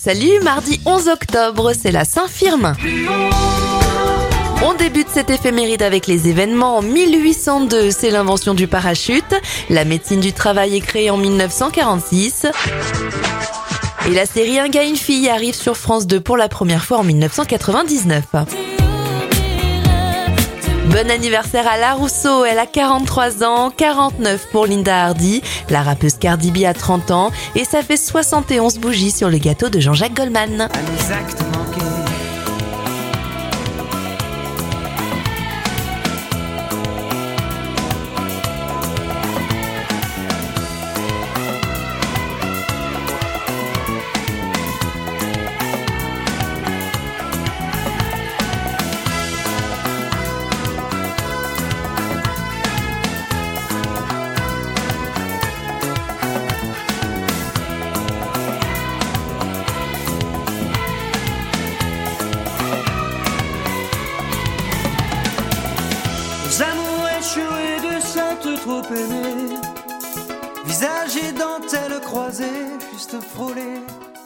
Salut, mardi 11 octobre, c'est la Saint-Firmin. On débute cette éphéméride avec les événements. En 1802, c'est l'invention du parachute. La médecine du travail est créée en 1946. Et la série Un gars, une fille arrive sur France 2 pour la première fois en 1999. Bon anniversaire à La Rousseau, elle a 43 ans, 49 pour Linda Hardy. La rappeuse Cardi B a 30 ans et ça fait 71 bougies sur le gâteau de Jean-Jacques Goldman. À nos actes manqués. Amours échoués de saintes trop aimés, visage et dentelle croisée, juste frôlés.